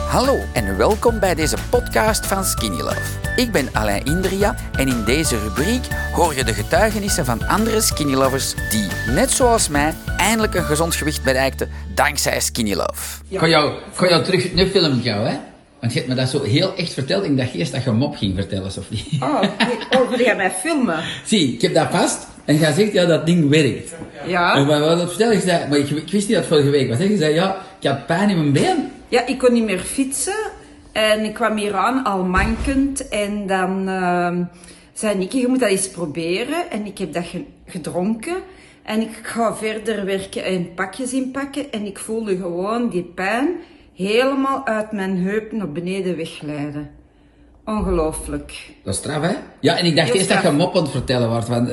Hallo en welkom bij deze podcast van Skinny Love. Ik ben Alain Indria en in deze rubriek hoor je de getuigenissen van andere Skinny Lovers die, net zoals mij, eindelijk een gezond gewicht bereikten dankzij Skinny Love. Ik ga jou terug een film met jou, hè? Want je hebt me dat zo heel echt verteld. Ik dacht eerst dat je een mop ging vertellen, Sophie. Wil jij mij filmen? Zie, ik heb dat vast en jij zegt, ja, dat ding werkt. Ja. En wat dat vertelde, ik zei, maar ik wist niet dat het vorige week was. Je zei, ja, ik had pijn in mijn been. Ja, ik kon niet meer fietsen. En ik kwam hier aan, al mankend. En dan zei Nicky, je moet dat eens proberen. En ik heb dat gedronken. En ik ga verder werken en pakjes inpakken. En ik voelde gewoon die pijn helemaal uit mijn heup naar beneden wegglijden. Ongelooflijk. Dat is straf, hè? Ja, en ik dacht Heel eerst dat je straf. een mop aan het vertellen was. Want,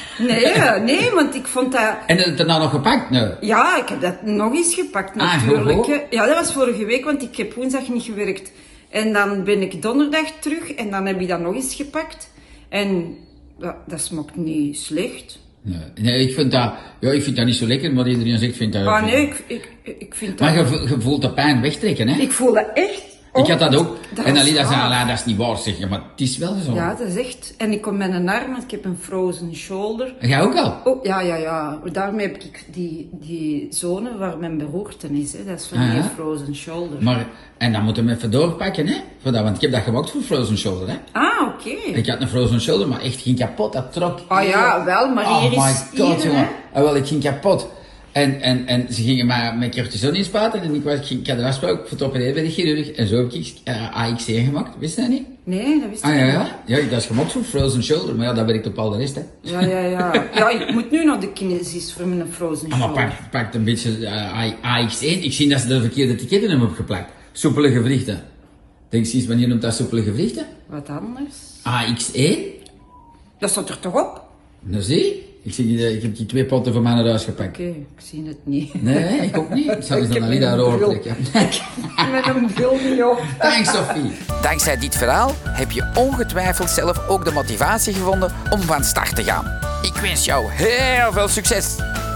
Nee, want ik vond dat... En heb je het daarna nog gepakt? Nee. Ja, ik heb dat nog eens gepakt Ah, natuurlijk. hoe? Ja, dat was vorige week, want ik heb woensdag niet gewerkt. En dan ben ik donderdag terug en dan heb ik dat nog eens gepakt. En dat smaakt niet slecht. Nee, ik vind dat niet zo lekker, maar iedereen zegt, vindt dat... Ah nee, ik vind dat... Maar je voelt de pijn wegtrekken, hè? Ik voel dat echt... Ik had dat ook. Dat En is Alida zei, waar. "Ala, dat is niet waar, zeg je, maar het is wel zo. Ja, dat is echt... En ik kom met een arm, want ik heb een frozen shoulder. En jij ook al? Oh, ja. Daarmee heb ik die zone waar mijn beroerte is. Hè. Dat is van Ah, die ja. frozen shoulder. Maar, en dan moeten we hem even doorpakken, hè? Voor dat, want ik heb dat gemaakt voor Frozen Shoulder, hè? Ah, oké. Ik had een Frozen Shoulder, maar echt ging kapot, dat trok. Ah ja, wel, maar hier Oh my is... god, hier, jongen. hè. Wel, ik ging kapot. En ze gingen mij met cortison inspuiten en ik had een afspraak voor het opereren bij de chirurg. En zo heb ik AX1 gemaakt, wist je dat niet? Nee, dat wist ik Ah ja, niet. ja. Ja, dat is gemaakt voor Frozen Shoulder, maar ja, dat werkt op al de rest, hè. Ja. Ja, ik moet nu naar de kinesis voor mijn frozen Ah, maar shoulder. pak een beetje AX1. Ik zie dat ze de verkeerde etiketten hebben opgeplakt. Soepele gewrichten. Denk eens, wanneer noemt dat soepele gewrichten? Wat anders? AX1? Dat staat er toch op? Nou zie, ik heb die 2 potten voor mij naar huis gepakt. Oké, ik zie het niet. Nee, ik ook niet. Ik zal eens Ik dan heb Alida een erover bril. trekken. Met een bril niet op. Thanks, Sophie. Dankzij dit verhaal heb je ongetwijfeld zelf ook de motivatie gevonden om van start te gaan. Ik wens jou heel veel succes!